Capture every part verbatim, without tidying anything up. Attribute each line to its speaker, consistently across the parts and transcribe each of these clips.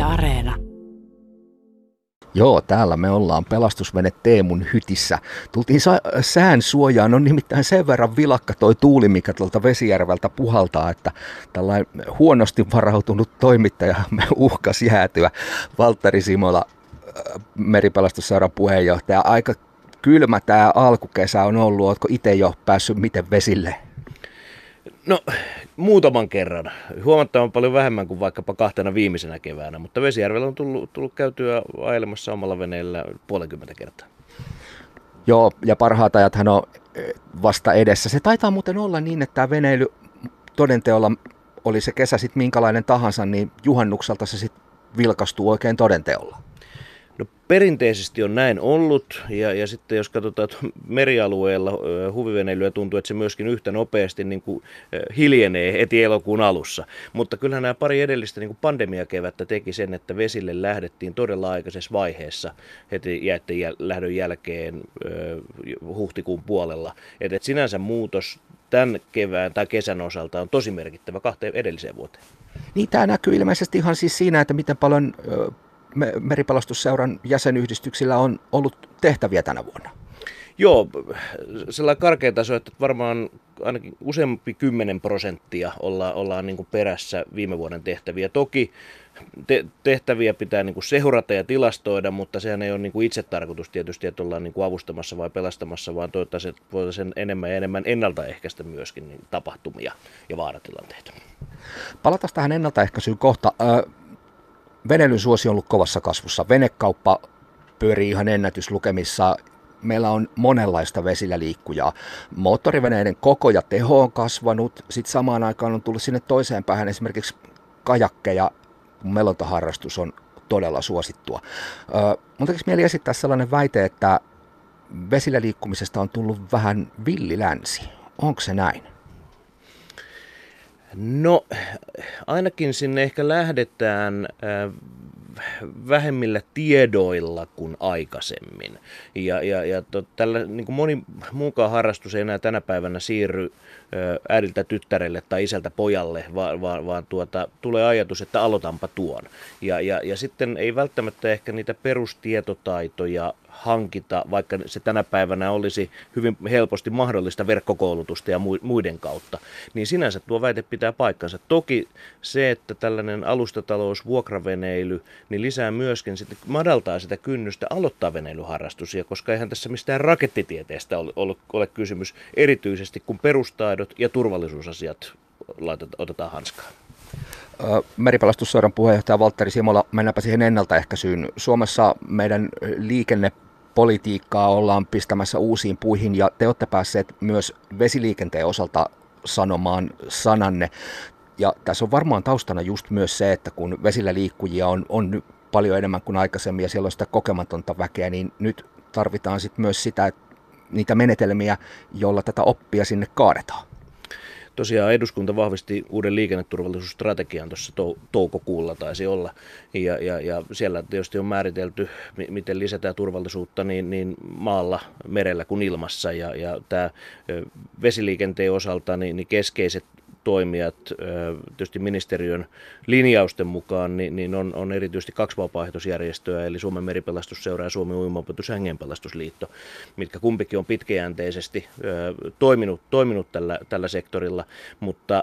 Speaker 1: Areena.
Speaker 2: Joo, täällä me ollaan pelastusvene Teemun hytissä. Tultiin sa- sään suojaan, on nimittäin sen verran vilakka toi tuuli, mikä tuolta Vesijärveltä puhaltaa, että tällainen huonosti varautunut toimittaja me uhkas jäätyä. Valtteri Simola, Meripelastusseuran puheenjohtaja, aika kylmä tämä alkukesä on ollut. Oletko itse jo päässyt miten vesille?
Speaker 3: No muutaman kerran. Huomattavan paljon vähemmän kuin vaikkapa kahtena viimeisenä keväänä, mutta Vesijärvellä on tullut, tullut käytyä ajelemassa omalla veneellä puolenkymmentä kertaa.
Speaker 2: Joo, ja parhaat ajathan on vasta edessä. Se taitaa muuten olla niin, että tämä veneily todenteolla, oli se kesä sitten minkälainen tahansa, niin juhannukselta se sitten vilkastuu oikein todenteolla.
Speaker 3: No perinteisesti on näin ollut, ja, ja sitten jos katsotaan merialueella huviveneilyä, tuntuu, että se myöskin yhtä nopeasti niin kuin hiljenee heti elokuun alussa. Mutta kyllähän nämä pari edellistä niin kuin pandemiakevättä teki sen, että vesille lähdettiin todella aikaisessa vaiheessa heti jäitten jäl- lähdön jälkeen huhtikuun puolella. Et, et sinänsä muutos tämän kevään tai kesän osalta on tosi merkittävä kahteen edelliseen vuoteen.
Speaker 2: Niin, tämä näkyy ilmeisesti ihan siis siinä, että miten paljon Meripelastusseuran jäsenyhdistyksillä on ollut tehtäviä tänä vuonna.
Speaker 3: Joo, sellainen karkea taso, että varmaan ainakin useampi kymmenen prosenttia olla, ollaan niin kuin perässä viime vuoden tehtäviä. Toki te- tehtäviä pitää niin kuin seurata ja tilastoida, mutta sehän ei ole niin kuin itse tarkoitus tietysti, että ollaan niin kuin avustamassa vai pelastamassa, vaan toivottavasti voitaisiin enemmän ja enemmän ennaltaehkäistä myöskin niin tapahtumia ja vaaratilanteita.
Speaker 2: Palataan tähän ennaltaehkäisyyn kohta. Veneilyn suosio on ollut kovassa kasvussa. Venekauppa pyörii ihan ennätyslukemissa. Meillä on monenlaista vesillä liikkujaa. Moottoriveneiden koko ja teho on kasvanut. Sitten samaan aikaan on tullut sinne toiseen päähän esimerkiksi kajakkeja. Melontaharrastus on todella suosittua. Mun tekisi mieli esittää sellainen väite, että vesillä liikkumisesta on tullut vähän villilänsi. Onko se näin?
Speaker 3: No, ainakin sinne ehkä lähdetään äh, vähemmillä tiedoilla kuin aikaisemmin. Ja, ja, ja to, tällä, niin kuin moni muukaan harrastus ei enää tänä päivänä siirry äh, äidiltä tyttärelle tai isältä pojalle, vaan, vaan, vaan tuota, tulee ajatus, että aloitanpa tuon. Ja, ja, ja sitten ei välttämättä ehkä niitä perustietotaitoja hankita, vaikka se tänä päivänä olisi hyvin helposti mahdollista verkkokoulutusta ja muiden kautta, niin sinänsä tuo väite pitää paikkansa. Toki se, että tällainen alustatalous, vuokraveneily, niin lisää myöskin, sitten madaltaa sitä kynnystä aloittaa veneilyharrastus, koska eihän tässä mistään rakettitieteestä ole, ole, ole kysymys, erityisesti kun perustaidot ja turvallisuusasiat laitetaan, otetaan hanskaan.
Speaker 2: Meripelastusseuran puheenjohtaja Valtteri Simola, mennäänpä siihen ennaltaehkäisyyn. Suomessa meidän liikennepolitiikkaa ollaan pistämässä uusiin puihin ja te olette päässeet myös vesiliikenteen osalta sanomaan sananne. Ja tässä on varmaan taustana just myös se, että kun vesillä liikkujia on, on paljon enemmän kuin aikaisemmin ja siellä on sitä kokematonta väkeä, niin nyt tarvitaan sitten myös sitä, niitä menetelmiä, joilla tätä oppia sinne kaadetaan.
Speaker 3: Tosiaan eduskunta vahvisti uuden liikenneturvallisuusstrategian tuossa toukokuulla taisi olla, ja, ja, ja siellä tietysti on määritelty, miten lisätään turvallisuutta niin, niin maalla, merellä kuin ilmassa, ja, ja tämä vesiliikenteen osalta niin, niin keskeiset toimijat, tietysti ministeriön linjausten mukaan, niin, niin on, on erityisesti kaksi vapaaehtoisjärjestöä, eli Suomen Meripelastusseuran ja Suomen Uimaopetus- ja Hengenpelastusliitto, mitkä kumpikin on pitkäjänteisesti toiminut, toiminut tällä, tällä sektorilla, mutta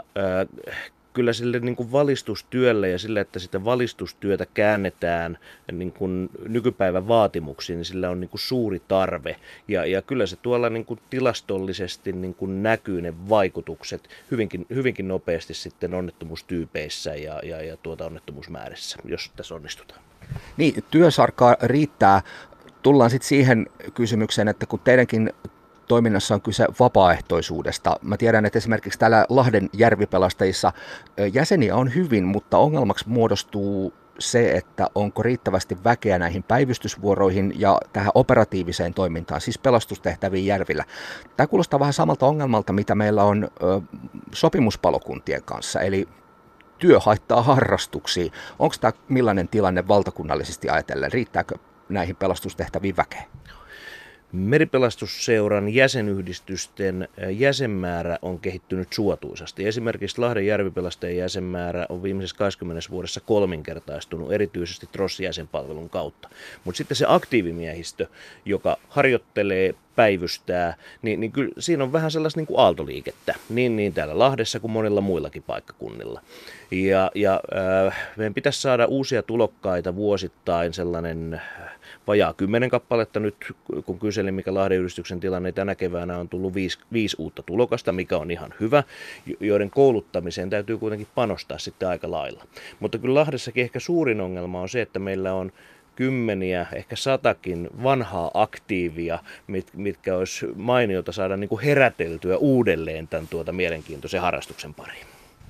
Speaker 3: kyllä sille niin kuin valistustyölle ja sille, että sitä valistustyötä käännetään niin kuin nykypäivän vaatimuksiin, niin sillä on niin kuin suuri tarve. Ja, ja kyllä se tuolla niin kuin tilastollisesti niin kuin näkyy ne vaikutukset hyvinkin, hyvinkin nopeasti sitten onnettomuustyypeissä ja, ja, ja tuota onnettomuusmäärissä, jos tässä onnistutaan.
Speaker 2: Niin, työsarkaa riittää. Tullaan sitten siihen kysymykseen, että kun teidänkin toiminnassa on kyse vapaaehtoisuudesta. Mä tiedän, että esimerkiksi täällä Lahden järvipelastajissa jäseniä on hyvin, mutta ongelmaksi muodostuu se, että onko riittävästi väkeä näihin päivystysvuoroihin ja tähän operatiiviseen toimintaan, siis pelastustehtäviin järvillä. Tämä kuulostaa vähän samalta ongelmalta, mitä meillä on ö, sopimuspalokuntien kanssa, eli työ haittaa harrastuksiin. Onko tämä millainen tilanne valtakunnallisesti ajatellen? Riittääkö näihin pelastustehtäviin väkeä?
Speaker 3: Meripelastusseuran jäsenyhdistysten jäsenmäärä on kehittynyt suotuisasti. Esimerkiksi Lahden järvipelastajien jäsenmäärä on viimeisessä kaksikymmentä vuodessa kolminkertaistunut, erityisesti T R O S-jäsenpalvelun kautta. Mutta sitten se aktiivimiehistö, joka harjoittelee, päivystää, niin, niin kyllä siinä on vähän sellaista niin kuin aaltoliikettä, niin, niin täällä Lahdessa kuin monilla muillakin paikkakunnilla. Ja, ja äh, meidän pitäisi saada uusia tulokkaita vuosittain sellainen vajaa kymmenen kappaletta nyt, kun kyselin, mikä Lahden yhdistyksen tilanne tänä keväänä on tullut viisi, viisi uutta tulokasta, mikä on ihan hyvä, joiden kouluttamiseen täytyy kuitenkin panostaa sitten aika lailla. Mutta kyllä Lahdessakin ehkä suurin ongelma on se, että meillä on kymmeniä, ehkä satakin vanhaa aktiivia, mit, mitkä olisi mainiota saada niin kuin heräteltyä uudelleen tämän tuota mielenkiintoisen harrastuksen pariin.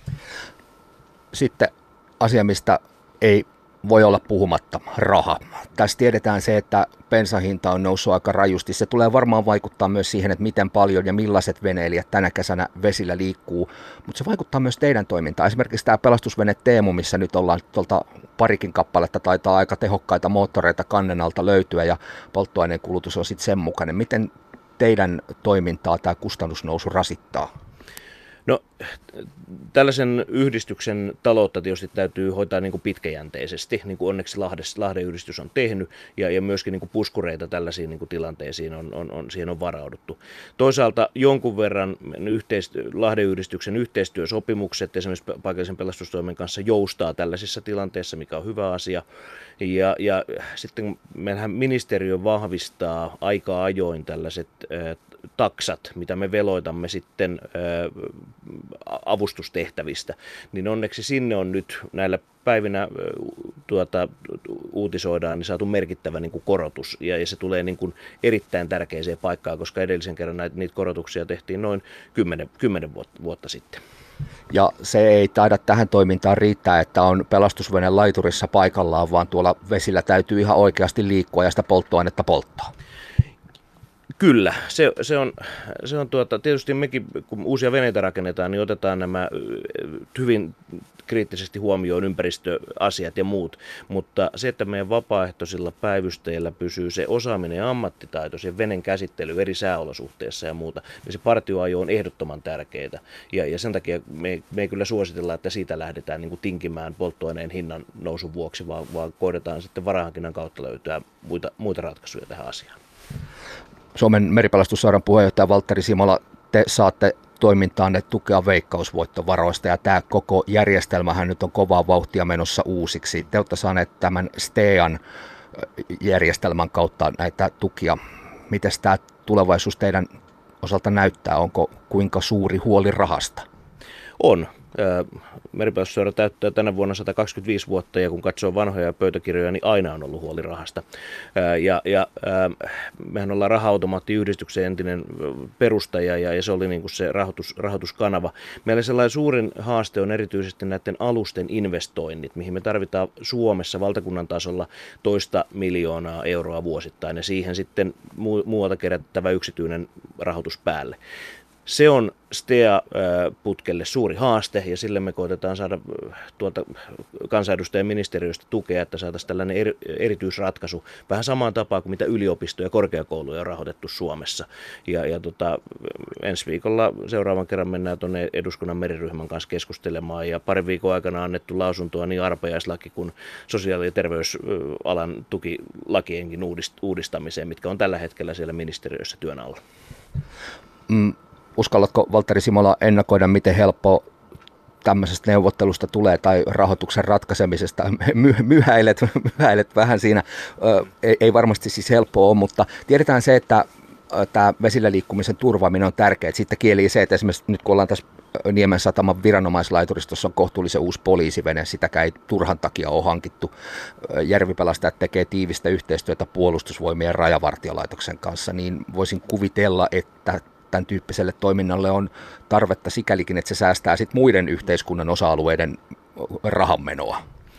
Speaker 2: Sitten asia, mistä ei voi olla puhumatta, raha. Tässä tiedetään se, että bensahinta on noussut aika rajusti. Se tulee varmaan vaikuttaa myös siihen, että miten paljon ja millaiset veneilijät tänä kesänä vesillä liikkuu, mutta se vaikuttaa myös teidän toimintaan. Esimerkiksi tämä pelastusvene Teemu, missä nyt ollaan tuolta parikin kappaletta, taitaa aika tehokkaita moottoreita kannen alta löytyä ja polttoaineen kulutus on sitten sen mukainen. Miten teidän toimintaa tämä kustannusnousu rasittaa?
Speaker 3: No, tällaisen yhdistyksen taloutta tietysti täytyy hoitaa niin kuin pitkäjänteisesti, niin kuin onneksi Lahdes, Lahden yhdistys on tehnyt, ja, ja myöskin niin kuin puskureita tällaisiin niin kuin tilanteisiin on, on, on, siihen on varauduttu. Toisaalta jonkun verran yhteistyö, Lahden yhdistyksen yhteistyösopimukset esimerkiksi paikallisen pelastustoimen kanssa joustaa tällaisissa tilanteissa, mikä on hyvä asia. Ja, ja sitten meillähän ministeriö vahvistaa aika ajoin tällaiset äh, taksat, mitä me veloitamme sitten äh, avustustehtävistä, niin onneksi sinne on nyt näillä päivinä äh, tuota, uutisoidaan, niin saatu merkittävä niin kuin korotus, ja, ja se tulee niin kuin erittäin tärkeiseen paikkaan, koska edellisen kerran näitä, niitä korotuksia tehtiin noin kymmenen vuotta, vuotta sitten.
Speaker 2: Ja se ei taida tähän toimintaan riittää, että on pelastusvene laiturissa paikallaan, vaan tuolla vesillä täytyy ihan oikeasti liikkua ja sitä polttoainetta polttaa.
Speaker 3: Kyllä, se, se on, se on tuota, tietysti mekin, kun uusia veneitä rakennetaan, niin otetaan nämä hyvin kriittisesti huomioon ympäristöasiat ja muut, mutta se, että meidän vapaaehtoisilla päivystäjillä pysyy se osaaminen ja ammattitaito, se venen käsittely eri sääolosuhteissa ja muuta, niin se partioajo on ehdottoman tärkeää, ja, ja sen takia me, me ei kyllä suositella, että siitä lähdetään niin kuin tinkimään polttoaineen hinnan nousun vuoksi, vaan, vaan koetetaan sitten varahankinnan kautta löytää muita, muita ratkaisuja tähän asiaan.
Speaker 2: Suomen meripelastusseuran puheenjohtaja Valtteri Simola, te saatte toimintaanne tukea veikkausvoittovaroista ja tämä koko järjestelmähän nyt on kovaa vauhtia menossa uusiksi. Te olette saaneet tämän STEAn järjestelmän kautta näitä tukia. Miten tämä tulevaisuus teidän osalta näyttää? Onko kuinka suuri huoli rahasta?
Speaker 3: On. Meripelastuseura täyttää tänä vuonna sata kaksikymmentäviisi vuotta, ja kun katsoo vanhoja pöytäkirjoja, niin aina on ollut huoli rahasta. Ja, ja mehän ollaan Raha-automaattiyhdistyksen entinen perustaja, ja, ja se oli niin kuin se rahoitus, rahoituskanava. Meillä sellainen suurin haaste on erityisesti näiden alusten investoinnit, mihin me tarvitaan Suomessa valtakunnan tasolla toista miljoonaa euroa vuosittain, ja siihen sitten muualta kerättävä yksityinen rahoitus päälle. Se on STEA-putkelle suuri haaste, ja sille me koitetaan saada tuolta kansanedustajien ministeriöstä tukea, että saataisiin tällainen eri, erityisratkaisu vähän samaan tapaan kuin mitä yliopistoja ja korkeakouluja on rahoitettu Suomessa. Ja, ja tota, ensi viikolla seuraavan kerran mennään tuonne eduskunnan meriryhmän kanssa keskustelemaan, ja parin viikon aikana on annettu lausuntoa niin arpajaislaki kuin sosiaali- ja terveysalan tukilakienkin uudistamiseen, mitkä on tällä hetkellä siellä ministeriössä työn alla.
Speaker 2: Mm. Uskallatko, Valtteri Simola, ennakoida, miten helppo tämmöisestä neuvottelusta tulee tai rahoituksen ratkaisemisesta? My- myhäilet, myhäilet vähän siinä. Ö, ei, ei varmasti siis helppoa ole, mutta tiedetään se, että tämä vesillä liikkumisen turvaaminen on tärkeää. Sitten kieli se, että esimerkiksi nyt kun ollaan tässä Niemen sataman viranomaislaituristossa on kohtuullisen uusi poliisivene, sitäkään ei turhan takia ole hankittu. Järvipelastajat tekee tiivistä yhteistyötä puolustusvoimien ja rajavartiolaitoksen kanssa, niin voisin kuvitella, että tämän tyyppiselle toiminnalle on tarvetta sikälikin, että se säästää sit muiden yhteiskunnan osa-alueiden rahanmenoa.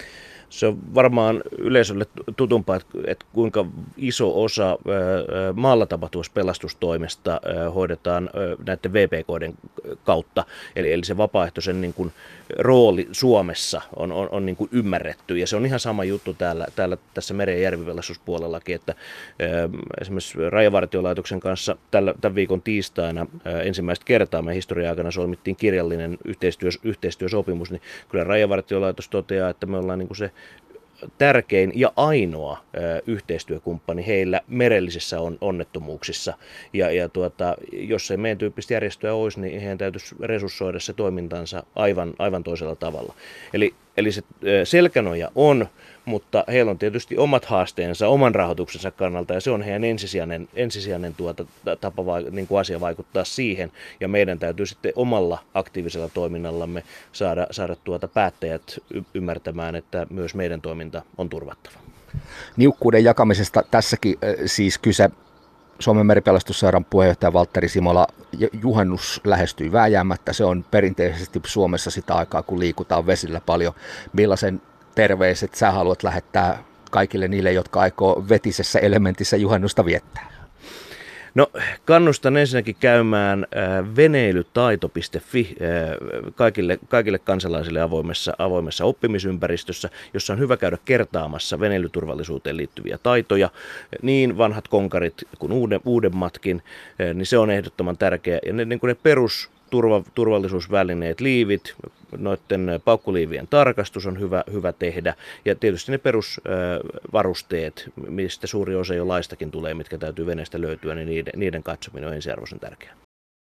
Speaker 3: Se on varmaan yleisölle tutumpaa, että kuinka iso osa maalla tapahtuvasta pelastustoimesta hoidetaan näiden V P K:den kautta. Eli, eli se vapaaehtoisen niin kuin rooli Suomessa on, on, on niin kuin ymmärretty. Ja se on ihan sama juttu täällä, täällä tässä meren- ja järvipelastuspuolellakin, että esimerkiksi Rajavartiolaitoksen kanssa tällä, tämän viikon tiistaina ensimmäistä kertaa meidän historian aikana solmittiin kirjallinen yhteistyö, yhteistyösopimus, niin kyllä Rajavartiolaitos toteaa, että me ollaan niin kuin se tärkein ja ainoa ö, yhteistyökumppani heillä merellisissä on, onnettomuuksissa. Ja, ja tuota, jos ei meidän tyyppistä järjestöä olisi, niin heidän täytyisi resurssoida se toimintansa aivan, aivan toisella tavalla. Eli, eli se ö, selkänoja on, mutta heillä on tietysti omat haasteensa oman rahoituksensa kannalta, ja se on heidän ensisijainen, ensisijainen tuota, tapa niin kuin asia vaikuttaa siihen, ja meidän täytyy sitten omalla aktiivisella toiminnallamme saada, saada tuota päättäjät y- ymmärtämään, että myös meidän toiminta on turvattava.
Speaker 2: Niukkuuden jakamisesta tässäkin siis kyse. Suomen meripelastusseuran puheenjohtaja Valtteri Simola, juhannus lähestyy vääjäämättä. Se on perinteisesti Suomessa sitä aikaa, kun liikutaan vesillä paljon. Millaisen terveiset sä haluat lähettää kaikille niille, jotka aikoo vetisessä elementissä juhannusta viettää?
Speaker 3: No, kannustan ensinnäkin käymään veneilytaito piste fi kaikille, kaikille kansalaisille avoimessa, avoimessa oppimisympäristössä, jossa on hyvä käydä kertaamassa veneilyturvallisuuteen liittyviä taitoja, niin vanhat konkarit kuin uuden, uudemmatkin, niin se on ehdottoman tärkeää. Ja ne, niin kuin ne perus Turva, turvallisuusvälineet, liivit, noiden paukkuliivien tarkastus on hyvä, hyvä tehdä. Ja tietysti ne perusvarusteet, mistä suuri osa jo laistakin tulee, mitkä täytyy veneestä löytyä, niin niiden, niiden katsominen on ensiarvoisen tärkeää.